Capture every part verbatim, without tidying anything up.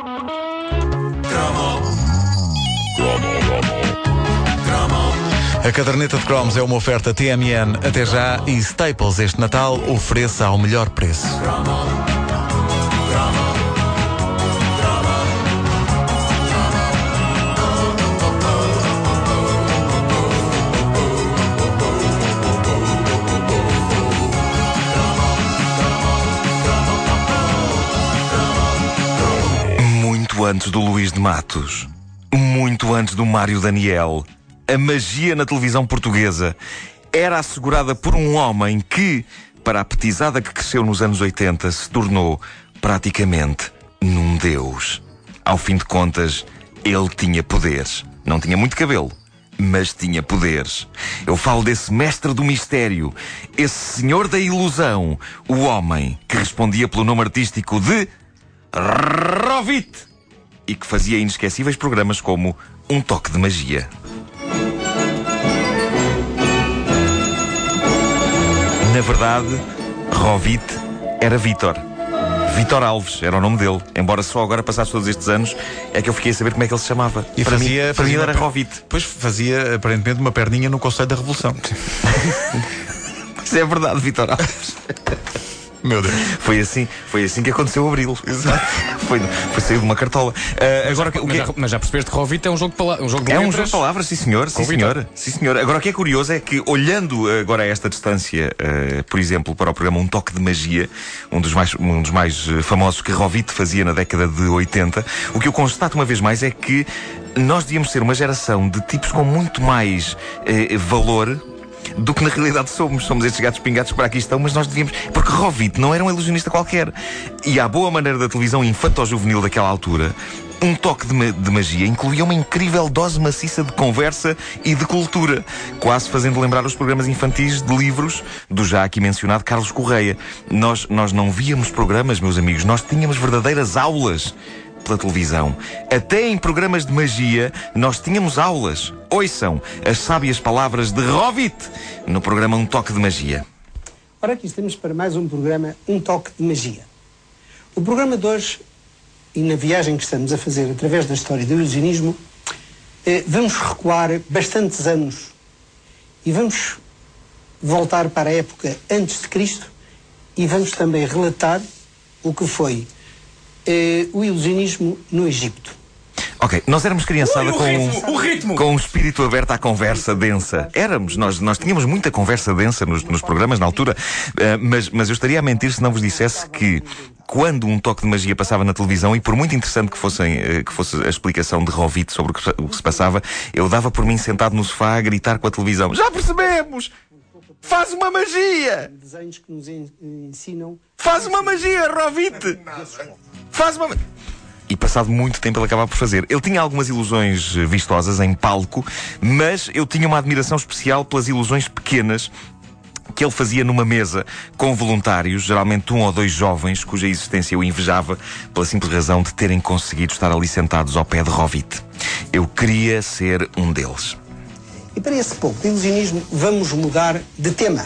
A caderneta de cromos é uma oferta T M N até já e Staples este Natal ofereça ao melhor preço. Muito antes do Luís de Matos, muito antes do Mário Daniel, a magia na televisão portuguesa era assegurada por um homem que, para a petizada que cresceu nos anos oitenta, se tornou praticamente num deus. Ao fim de contas, ele tinha poderes. Não tinha muito cabelo, mas tinha poderes. Eu falo desse mestre do mistério, esse senhor da ilusão, o homem que respondia pelo nome artístico de Rovit e que fazia inesquecíveis programas como Um Toque de Magia. Na verdade, Rovit era Vítor. Vítor Alves era o nome dele. Embora só agora, passados todos estes anos, é que eu fiquei a saber como é que ele se chamava. E para fazia, mim, para fazia mim ele era per... Rovit. Pois fazia, aparentemente, uma perninha no Conselho da Revolução. Isso é verdade, Vítor Alves. Meu Deus. Foi assim, foi assim que aconteceu o Abril. Exato. Foi, foi sair de uma cartola. Uh, agora, mas, o que já, é... mas já percebeste que Rovit é um jogo de palavras. Um jogo de é letras. um jogo de palavras, sim senhor. Sim senhor. sim senhor. Agora o que é curioso é que, olhando agora a esta distância, uh, por exemplo, para o programa Um Toque de Magia, um dos mais, um dos mais famosos que Rovit fazia na década de oitenta, o que eu constato uma vez mais é que nós devíamos ser uma geração de tipos com muito mais uh, valor do que na realidade somos. Somos estes gatos pingados que para aqui estão, mas nós devíamos... Porque Rovit não era um ilusionista qualquer. E à boa maneira da televisão infanto-juvenil daquela altura, Um Toque de, ma de Magia incluía uma incrível dose maciça de conversa e de cultura, quase fazendo lembrar os programas infantis de livros do já aqui mencionado Carlos Correia. Nós, nós não víamos programas, meus amigos, nós tínhamos verdadeiras aulas pela televisão. Até em programas de magia nós tínhamos aulas. Ouçam as sábias palavras de Rovit no programa Um Toque de Magia. Ora, aqui estamos para mais um programa Um Toque de Magia. O programa de hoje, e na viagem que estamos a fazer através da história do ilusionismo, eh, vamos recuar bastantes anos e vamos voltar para a época antes de Cristo e vamos também relatar o que foi Uh, o ilusionismo no Egito. Ok, nós éramos criançada Ui, o com, ritmo, o ritmo. com um espírito aberto à conversa densa. Éramos, nós, nós tínhamos muita conversa densa nos, nos programas na altura, uh, mas, mas eu estaria a mentir se não vos dissesse que quando Um Toque de Magia passava na televisão, e por muito interessante que, fossem, uh, que fosse a explicação de Rovit sobre o que, o que se passava, eu dava por mim sentado no sofá a gritar com a televisão: já percebemos! Faz uma magia! Desenhos que nos ensinam. Faz uma magia, Rovit! Faz uma... E passado muito tempo ele acabava por fazer. Ele tinha algumas ilusões vistosas em palco, mas eu tinha uma admiração especial pelas ilusões pequenas que ele fazia numa mesa com voluntários, geralmente um ou dois jovens, cuja existência eu invejava pela simples razão de terem conseguido estar ali sentados ao pé de Rovit. Eu queria ser um deles. E para esse pouco de ilusionismo vamos mudar de tema.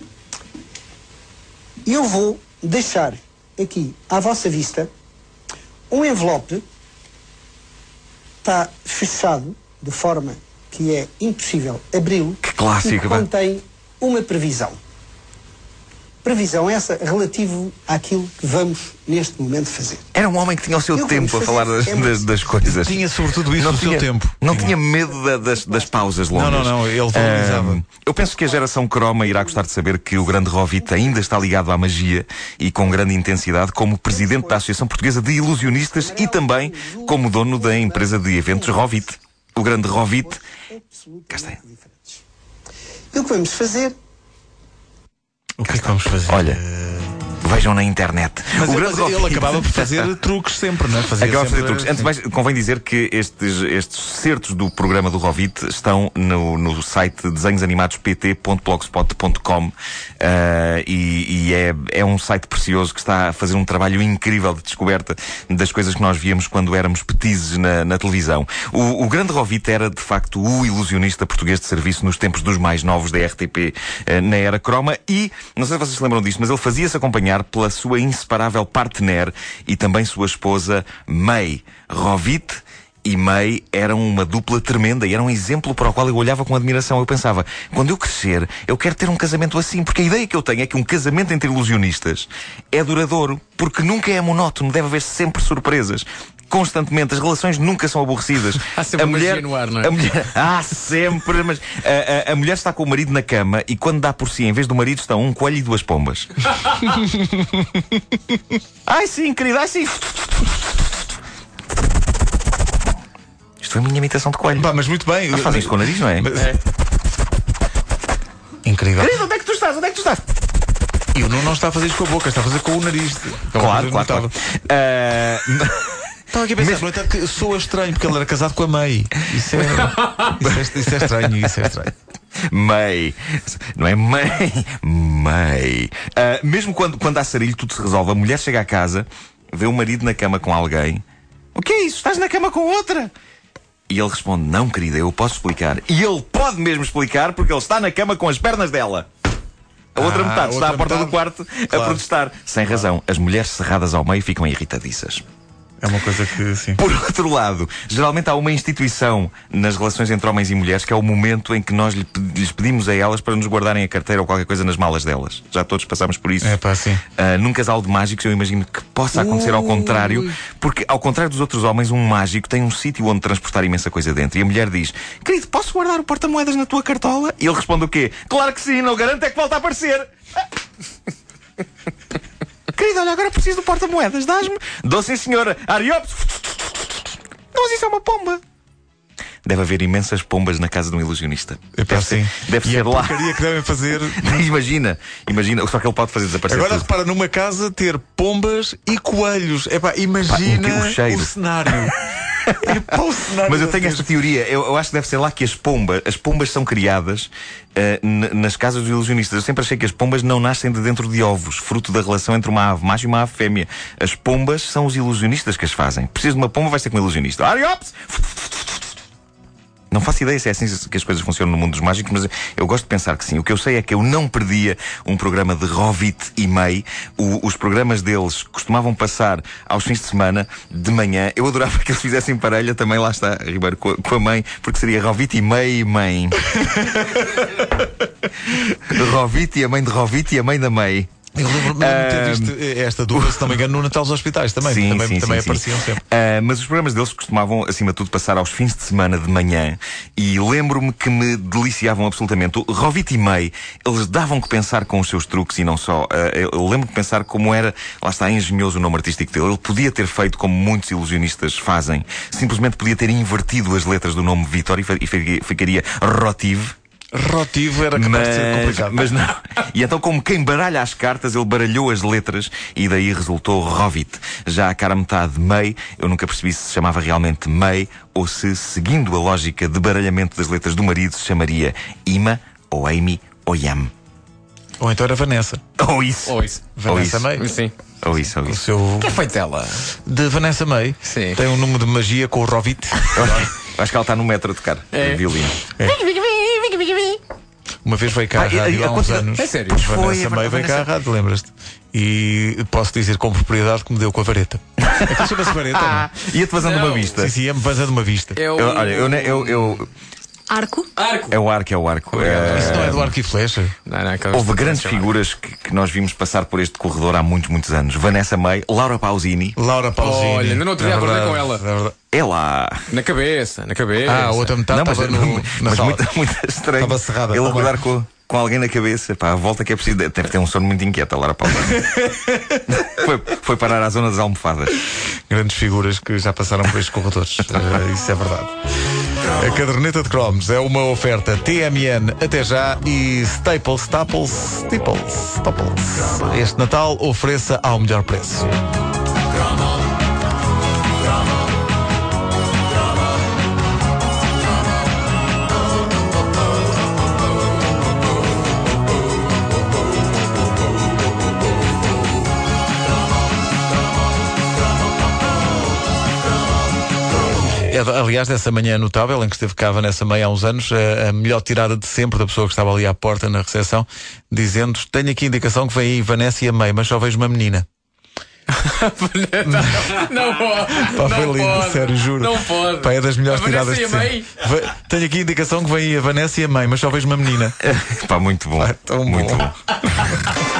E eu vou deixar aqui à vossa vista um envelope. Está fechado de forma que é impossível abri-lo. Que clássico, e que contém uma previsão. Previsão essa relativo àquilo que vamos neste momento fazer. Era um homem que tinha o seu Eu tempo a falar das, é das, das coisas. Tinha sobretudo isso não no tinha, seu tempo. Não tinha medo da, das, das pausas longas. Não, não, não, ele valorizava. Uh, eu penso que a geração croma irá gostar de saber que o grande Rovit ainda está ligado à magia e com grande intensidade como presidente da Associação Portuguesa de Ilusionistas e também como dono da empresa de eventos Rovit. O grande Rovit. Cá está. E o que vamos fazer? O que é que vamos fazer? Olha, vejam na internet. Mas o ele, grande ele Rovit... acabava por fazer truques sempre, não é? Fazia Acaba por fazer sempre... truques. Antes de mais, convém dizer que estes, estes certos do programa do Rovit estão no, no site desenhos animados p t ponto blogspot ponto com uh, e, e é, é um site precioso que está a fazer um trabalho incrível de descoberta das coisas que nós víamos quando éramos petizes na, na televisão. O, o grande Rovit era, de facto, o ilusionista português de serviço nos tempos dos mais novos da R T P uh, na era croma e, não sei se vocês se lembram disto, mas ele fazia-se acompanhar acompanhar pela sua inseparável partner e também sua esposa May. Rovit e May eram uma dupla tremenda e era um exemplo para o qual eu olhava com admiração. Eu pensava, quando eu crescer, eu quero ter um casamento assim, porque a ideia que eu tenho é que um casamento entre ilusionistas é duradouro, porque nunca é monótono, deve haver sempre surpresas. Constantemente, as relações nunca são aborrecidas. Há sempre a uma mulher, magia no ar, não é? A mulher, há sempre, mas a, a, a mulher está com o marido na cama e quando dá por si, em vez do marido, estão um coelho e duas pombas. Ai sim, querida, ai sim. Isto foi a minha imitação de coelho. Pá, mas muito bem. Mas fazem isto com o nariz, não é? Mas- É. Incrível. Querido, onde é que tu estás? Onde é que tu estás? E o Nuno não está a fazer isto com a boca, está a fazer com o nariz. Claro, claro, claro. Ah, Estava aqui a pensar, no entanto, que soa estranho, porque ele era casado com a May. Isso é, isso é, isso é estranho, isso é estranho. May. Não é mãe. May. Ah, mesmo quando, quando há sarilho, tudo se resolve. A mulher chega à casa, vê o marido na cama com alguém. O que é isso? Estás na cama com outra? E ele responde, não, querida, eu posso explicar. E ele pode mesmo explicar, porque ele está na cama com as pernas dela. A outra Ah, metade está outra à porta metade. do quarto Claro. a protestar. Sem razão. As mulheres cerradas ao meio ficam irritadiças. É uma coisa que, sim. Por outro lado, geralmente há uma instituição nas relações entre homens e mulheres que é o momento em que nós lhe pe- lhes pedimos a elas para nos guardarem a carteira ou qualquer coisa nas malas delas. Já todos passámos por isso. É pá, sim. Ah, num casal de mágicos eu imagino que possa acontecer ao contrário, porque ao contrário dos outros homens, um mágico tem um sítio onde transportar imensa coisa dentro. E a mulher diz, querido, posso guardar o porta-moedas na tua cartola? E ele responde o quê? Claro que sim, não garanto é que volta a aparecer. Querido, olha, agora preciso do porta-moedas, dás-me? Dou sim, senhora. Ariops. Não, mas isso é uma pomba. Deve haver imensas pombas na casa de um ilusionista. É pá, Deve ser, sim. deve E ser a lá. porcaria que devem fazer. Imagina, imagina, só que ele pode fazer desaparecer Agora tudo. repara, numa casa ter pombas e coelhos. É pá, imagina Pá, o cheiro. o cenário. É pá, o cenário Mas eu da tenho festa. esta teoria, eu, eu acho que deve ser lá que as pombas, as pombas são criadas eh, n- nas casas dos ilusionistas. Eu sempre achei que as pombas não nascem de dentro de ovos, fruto da relação entre uma ave macho e uma ave fêmea. As pombas são os ilusionistas que as fazem. Preciso de uma pomba, vai ser com um ilusionista. Ariops! Não faço ideia se é assim que as coisas funcionam no mundo dos mágicos, mas eu gosto de pensar que sim. O que eu sei é que eu não perdia um programa de Rovit e May. O, os programas deles costumavam passar aos fins de semana, de manhã. Eu adorava que eles fizessem parelha, também lá está, Ribeiro, com a, com a mãe, porque seria Rovit e May e mãe. Rovit e a mãe de Rovit e a mãe da May. Eu lembro-me de ter visto esta dupla, se não me engano, no Natal dos Hospitais também. Sim, também sim, também sim, apareciam sim. sempre. Ah, mas os programas deles costumavam, acima de tudo, passar aos fins de semana de manhã e lembro-me que me deliciavam absolutamente. O Rovit e May, eles davam que pensar com os seus truques e não só. Ah, eu eu lembro de pensar como era, lá está, engenhoso o nome artístico dele. Ele podia ter feito como muitos ilusionistas fazem, simplesmente podia ter invertido as letras do nome Vitor e, fa- e ficaria- ficaria Rotive. Rotivo era capaz de ser Mas, complicado. mas não. E então, como quem baralha as cartas, ele baralhou as letras e daí resultou Rovit. Já a cara metade May, eu nunca percebi se se chamava realmente May ou se, seguindo a lógica de baralhamento das letras do marido, se chamaria Ima ou Amy ou Yam. Ou então era Vanessa. Ou isso. Ou isso. Vanessa isso. May. Sim. Ou isso, ou O isso. seu... O que é feito dela? De Vanessa May. Sim. Tem um número de magia com o Rovit. Eu acho que ela está no metro a tocar É. violino. Uma vez veio cá Ah, à e- rádio e- há a uns quantidade- anos. É sério? Pois foi, Vanessa é May verdade, veio cá à Vanessa. rádio, lembras-te? E posso dizer com propriedade que me deu com a vareta. Aquilo chama-se vareta, não? Ah, ia-te vazando Não. uma vista. Sim, sim, ia-me vazando uma vista. É o. Eu, olha, eu, ne- eu, eu, Arco? Arco. é o arco, é o arco. Obrigado. É- Isso não é do arco e flecha? Não, não, aquelas Houve grandes tradicionais. figuras que, que nós vimos passar por este corredor há muitos, muitos anos. Vanessa May, Laura Pausini. Laura Pausini. Olha, ainda no outro dia É acordei verdade, com ela. é verdade. É lá. Na cabeça, na cabeça. Ah, a outra metade Não, mas, estava no, na mas sala. muito, muito estranho. Estava cerrada. Ele Tá acordar bem. com, com alguém na cabeça. Pá, a volta que é preciso. Deve ter um sono muito inquieto, a Laura Pausini. foi, foi parar à zona das almofadas. Grandes figuras que já passaram por estes corredores. Eh, isso é verdade. A caderneta de cromos é uma oferta T M N até já e Staples, Staples, Staples, Staples. Este Natal ofereça ao melhor preço. É, aliás, nessa manhã notável em que esteve cá nessa meia há uns anos, a, a melhor tirada de sempre da pessoa que estava ali à porta na recepção, dizendo: tenho aqui indicação que vem aí Vanessa e a May, mas só vejo uma menina. Não pode. Pá, foi não lindo, pode, sério, juro. Não pode. Pá, é das melhores A tiradas de Vanessa e a sempre. Ve- Tenho aqui indicação que vem aí a Vanessa e a May, mas só vejo uma menina. Pá, muito bom. Pá, tão muito bom. bom.